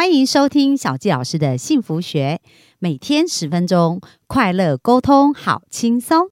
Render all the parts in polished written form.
欢迎收听小纪老师的幸福学，每天10分钟，快乐沟通，好轻松。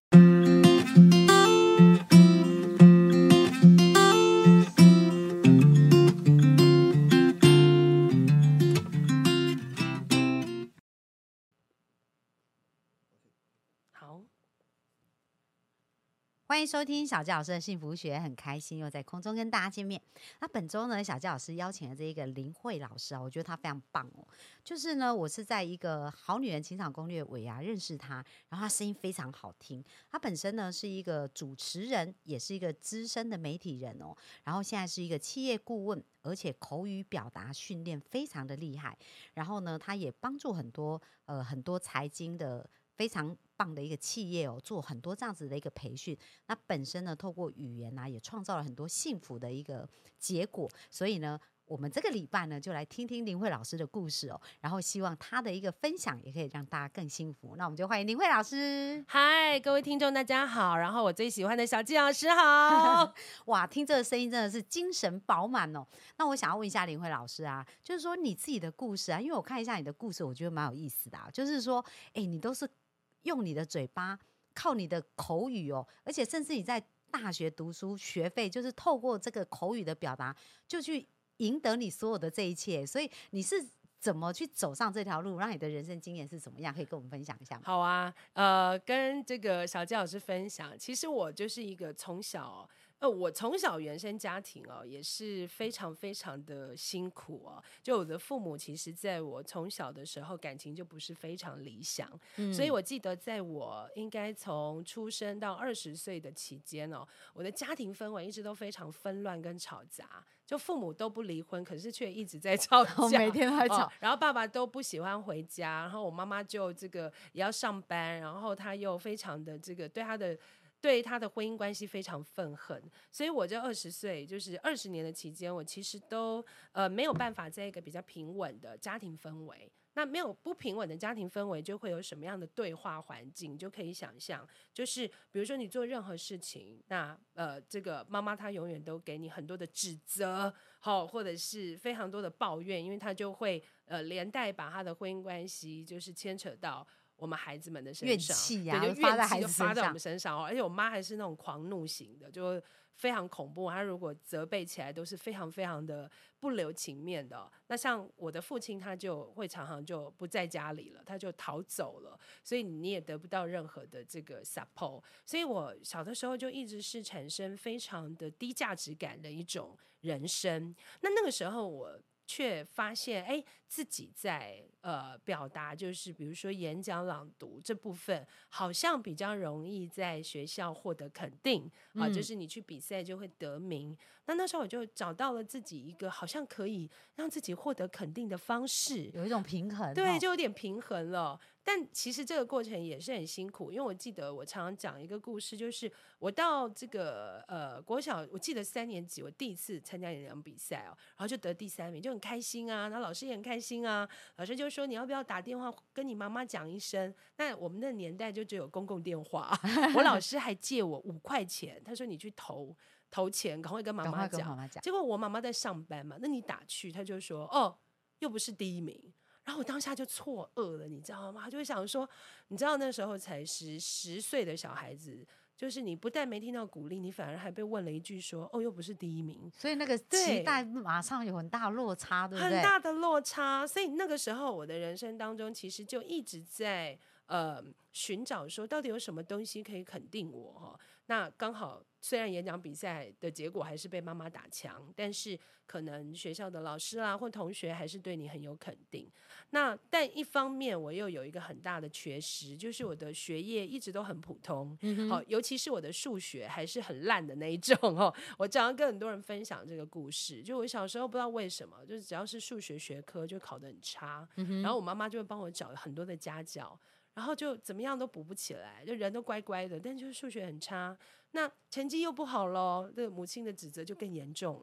欢迎收听小纪老师的幸福学，很开心又在空中跟大家见面。那本周呢，小纪老师邀请了这一个林慧老师啊，我觉得她非常棒哦。就是呢，我是在一个好女人情场攻略尾认识她，然后她声音非常好听。她本身呢是一个主持人，也是一个资深的媒体人哦。然后现在是一个企业顾问，而且口语表达训练非常的厉害。然后呢，她也帮助很多财经的非常棒的一个企业哦，做很多这样子的一个培训。那本身呢，透过语言也创造了很多幸福的一个结果。所以呢，我们这个礼拜呢，就来听听林慧老师的故事哦，然后希望她的一个分享也可以让大家更幸福。那我们就欢迎林慧老师。 嗨，各位听众大家好，然后我最喜欢的小纪老师好。 哇，听这个声音真的是精神饱满哦。那我想要问一下林慧老师啊，就是说你自己的故事啊，因为我看一下你的故事，我觉得蛮有意思的就是说，你都是用你的嘴巴，靠你的口语哦，而且甚至你在大学读书学费就是透过这个口语的表达，就去赢得你所有的这一切。所以你是怎么去走上这条路，让你的人生经验是怎么样？可以跟我们分享一下吗？ 好啊，跟这个小纪老师分享，其实我就是一个我从小原生家庭也是非常非常的辛苦就我的父母其实在我从小的时候感情就不是非常理想，所以我记得在我应该从出生到20岁的期间我的家庭氛围一直都非常纷乱跟吵杂，就父母都不离婚，可是却一直在吵架， 每天都在吵然后爸爸都不喜欢回家，然后我妈妈就这个也要上班，然后她又非常的这个对他的婚姻关系非常愤恨，所以我这20岁就是20年的期间，我其实都没有办法在一个比较平稳的家庭氛围。那没有不平稳的家庭氛围，就会有什么样的对话环境？就可以想象，就是比如说你做任何事情，那这个妈妈她永远都给你很多的指责，或者是非常多的抱怨，因为她就会连带把她的婚姻关系就是牵扯到我们孩子们的身上， 怨气对，就发在怨气就孩子身上发在我们身上而且我妈还是那种狂怒型的，就非常恐怖。她如果责备起来都是非常非常的不留情面的那像我的父亲，他就会常常就不在家里了，他就逃走了，所以你也得不到任何的这个 support。所以我小的时候就一直是产生非常的低价值感的一种人生。那个时候我却发现自己在表达，就是比如说演讲朗读这部分好像比较容易在学校获得肯定就是你去比赛就会得名。那时候我就找到了自己一个好像可以让自己获得肯定的方式， 有一种平衡， 对，就有点平衡了。但其实这个过程也是很辛苦，因为我记得我常常讲一个故事，就是我到这个国小，我记得3年级我第一次参加演讲比赛然后就得第3名，就很开心啊，然后老师也很开心啊，老师就说你要不要打电话跟你妈妈讲一声。那我们那年代就只有公共电话我老师还借我5块钱，他说你去投钱，赶快跟妈妈讲。结果我妈妈在上班嘛，那你打去，他就说又不是第1名。然后我当下就错愕了，你知道吗？就会想说，你知道那时候才10岁的小孩子，就是你不但没听到鼓励，你反而还被问了一句说又不是第1名， 所以那个期待马上有很大的落差，对不对？ 很大的落差。所以那个时候我的人生当中其实就一直在寻找说到底有什么东西可以肯定我那刚好虽然演讲比赛的结果还是被妈妈打枪，但是可能学校的老师啦或同学还是对你很有肯定。但一方面我又有一个很大的缺失，就是我的学业一直都很普通尤其是我的数学还是很烂的那一种我常常跟很多人分享这个故事，就我小时候不知道为什么，就是只要是数学学科就考得很差然后我妈妈就会帮我找很多的家教，然后就怎么样都补不起来，就人都乖乖的，但就是数学很差，那成绩又不好咯，这母亲的指责就更严重了。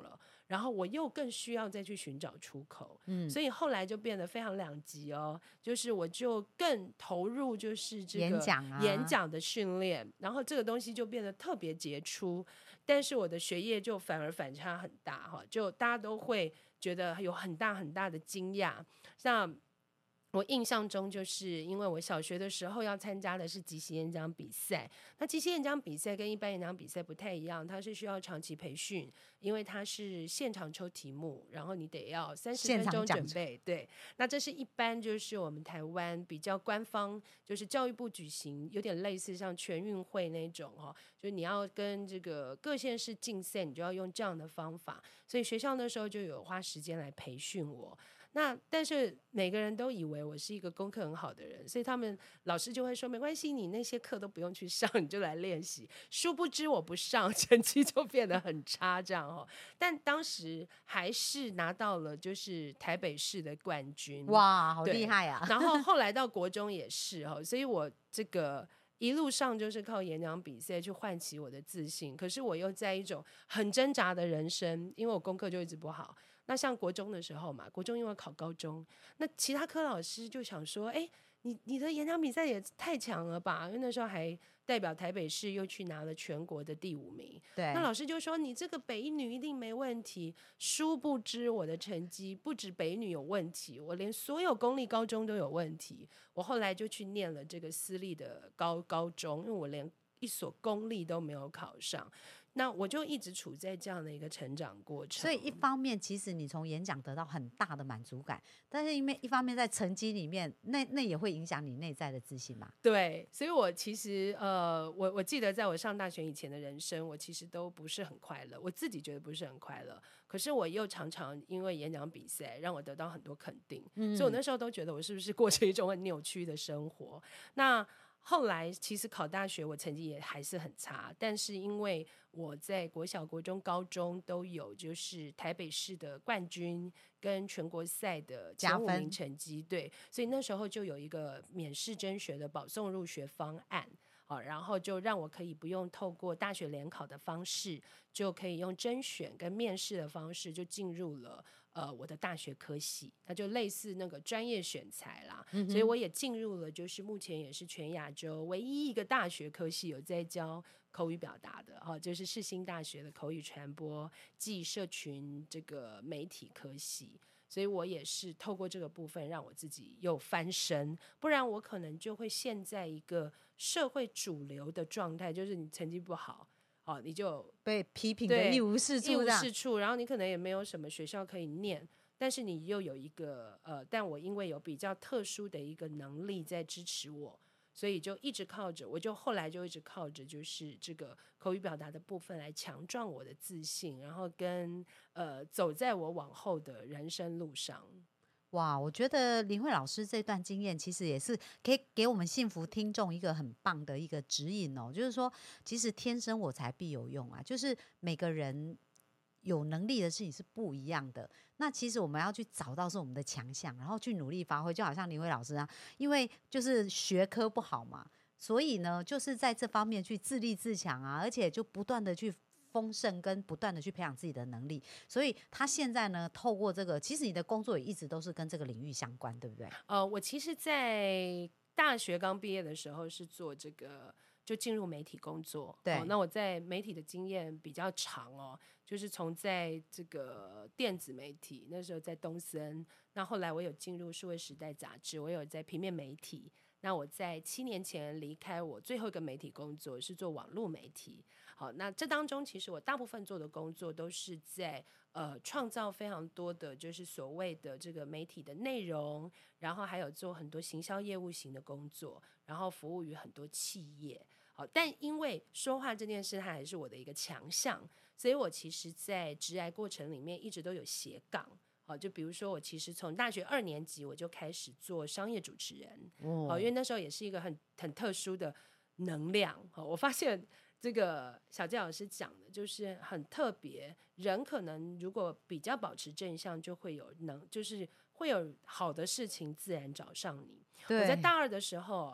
然后我又更需要再去寻找出口，所以后来就变得非常两极哦，就是我就更投入就是这个演讲的训练，然后这个东西就变得特别杰出，但是我的学业就反而反差很大哈，就大家都会觉得有很大很大的惊讶。像我印象中，就是因为我小学的时候要参加的是即席演讲比赛，那即席演讲比赛跟一般演讲比赛不太一样，它是需要长期培训，因为它是现场抽题目，然后你得要30分钟准备。对，那这是一般就是我们台湾比较官方，就是教育部举行，有点类似像全运会那种哦，就是你要跟这个各县市竞赛，你就要用这样的方法，所以学校那时候就有花时间来培训我。那但是每个人都以为我是一个功课很好的人，所以他们老师就会说没关系，你那些课都不用去上，你就来练习。殊不知我不上，成绩就变得很差这样哦。但当时还是拿到了就是台北市的冠军， 哇，好厉害啊！ 然后后来到国中也是哦，所以我这个一路上就是靠演讲比赛去唤起我的自信。可是我又在一种很挣扎的人生，因为我功课就一直不好。那像国中的时候嘛，国中因为考高中，那其他科老师就想说，哎，你的演讲比赛也太强了吧？因为那时候还代表台北市又去拿了全国的第5名。 对， 那老师就说你这个北一女一定没问题。殊不知我的成绩不止北一女有问题，我连所有公立高中都有问题。我后来就去念了这个私立的高中，因为我连一所公立都没有考上。那我就一直处在这样的一个成长过程。 所以一方面其实你从演讲得到很大的满足感，但是因为一方面在成绩里面那也会影响你内在的自信嘛。 对，所以我其实我记得在我上大学以前的人生，我其实都不是很快乐，我自己觉得不是很快乐。可是我又常常因为演讲比赛让我得到很多肯定，所以我那时候都觉得我是不是过着一种很扭曲的生活。那后来其实考大学我成绩也还是很差，但是因为我在国小国中高中都有就是台北市的冠军跟全国赛的前5名成绩，对，所以那时候就有一个免试甄学的保送入学方案，然后就让我可以不用透过大学联考的方式，就可以用甄选跟面试的方式就进入了我的大学科系，那就类似那个专业选材啦，所以我也进入了就是目前也是全亚洲唯一一个大学科系有在教口语表达的，就是世新大学的口语传播暨社群这个媒体科系。所以我也是透过这个部分让我自己又翻身，不然我可能就会陷在一个社会主流的状态，就是你成绩不好，你就被批评的一无是处， 然后你可能也没有什么学校可以念，但是你又有一个但我因为有比较特殊的一个能力在支持我，所以就一直靠着，我就后来就一直靠着就是这个口语表达的部分来强壮我的自信，然后跟走在我往后的人生路上。 哇，我觉得林慧老师这段经验其实也是可以给我们幸福听众一个很棒的一个指引哦，就是说其实天生我材必有用啊，就是每个人有能力的事情是不一样的，那其实我们要去找到是我们的强项，然后去努力发挥，就好像林慧老师啊，因为就是学科不好嘛，所以呢就是在这方面去自立自强啊，而且就不断的去丰盛跟不断的去培养自己的能力，所以他现在呢透过这个，其实你的工作也一直都是跟这个领域相关，对不对？ 我其实在大学刚毕业的时候是做这个，就进入媒体工作。 对， 那我在媒体的经验比较长哦，就是从在这个电子媒体，那时候在东森，那后来我有进入数位时代杂志，我有在平面媒体。那我在7年前离开我最后一个媒体工作，是做网络媒体。好，那这当中其实我大部分做的工作都是在创造非常多的就是所谓的这个媒体的内容，然后还有做很多行销业务型的工作，然后服务于很多企业。好，但因为说话这件事它还是我的一个强项，所以我其实在职涯过程里面一直都有斜杠。就比如说我其实从大学2年级我就开始做商业主持人，因为那时候也是一个很特殊的能量。我发现这个小纪老师讲的就是很特别，人可能如果比较保持正向，就会就是会有好的事情自然找上你。我在大2的时候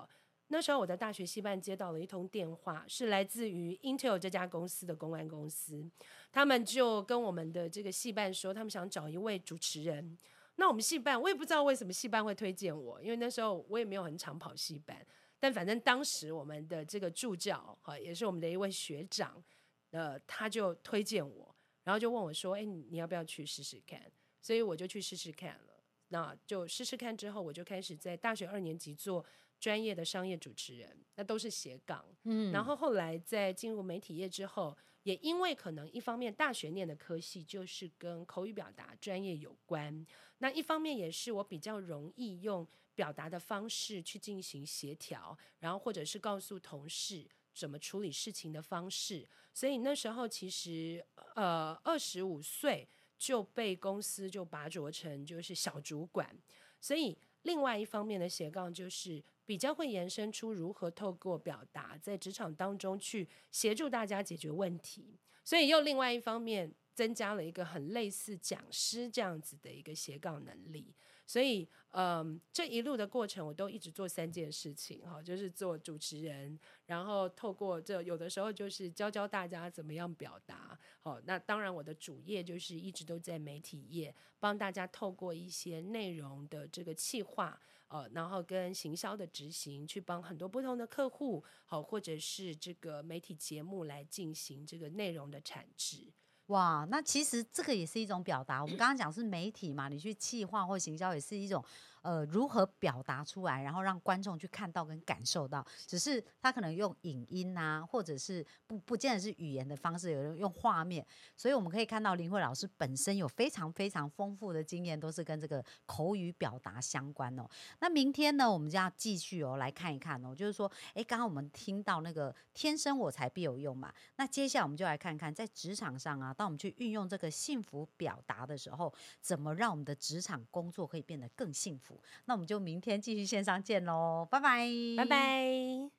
那时候我的大学系办接到了一通电话，是来自于 Intel 这家公司的公关公司，他们就跟我们的这个系办说，他们想找一位主持人。那我们系办，我也不知道为什么系办会推荐我，因为那时候我也没有很常跑系办，但反正当时我们的这个助教也是我们的一位学长，他就推荐我，然后就问我说：“哎，你要不要去试试看？”所以我就去试试看了。那就试试看之后，我就开始在大学2年级做专业的商业主持人，那都是斜杠。然后后来在进入媒体业之后，也因为可能一方面大学念的科系就是跟口语表达专业有关，那一方面也是我比较容易用表达的方式去进行协调，然后或者是告诉同事怎么处理事情的方式，所以那时候其实25岁就被公司就拔擢成就是小主管，所以另外一方面的斜杠就是比较会延伸出如何透过表达在职场当中去协助大家解决问题，所以又另外一方面增加了一个很类似讲师这样子的一个斜杠能力。所以这一路的过程我都一直做3件事情，就是做主持人，然后透过这有的时候就是教大家怎么样表达，那当然我的主业就是一直都在媒体业，帮大家透过一些内容的这个企划，然后跟行销的执行，去帮很多不同的客户，或者是这个媒体节目来进行这个内容的产制。 哇，那其实这个也是一种表达。我们刚刚讲是媒体嘛，你去企划或行销也是一种如何表达出来，然后让观众去看到跟感受到。只是他可能用影音啊，或者是不见得是语言的方式，有人用画面。所以我们可以看到林慧老师本身有非常非常丰富的经验，都是跟这个口语表达相关哦。那明天呢，我们就要继续来看一看哦，就是说，刚刚我们听到那个天生我材必有用嘛，那接下来我们就来看看在职场上啊，当我们去运用这个幸福表达的时候，怎么让我们的职场工作可以变得更幸福。那我们就明天继续线上见喽，拜拜， 拜拜。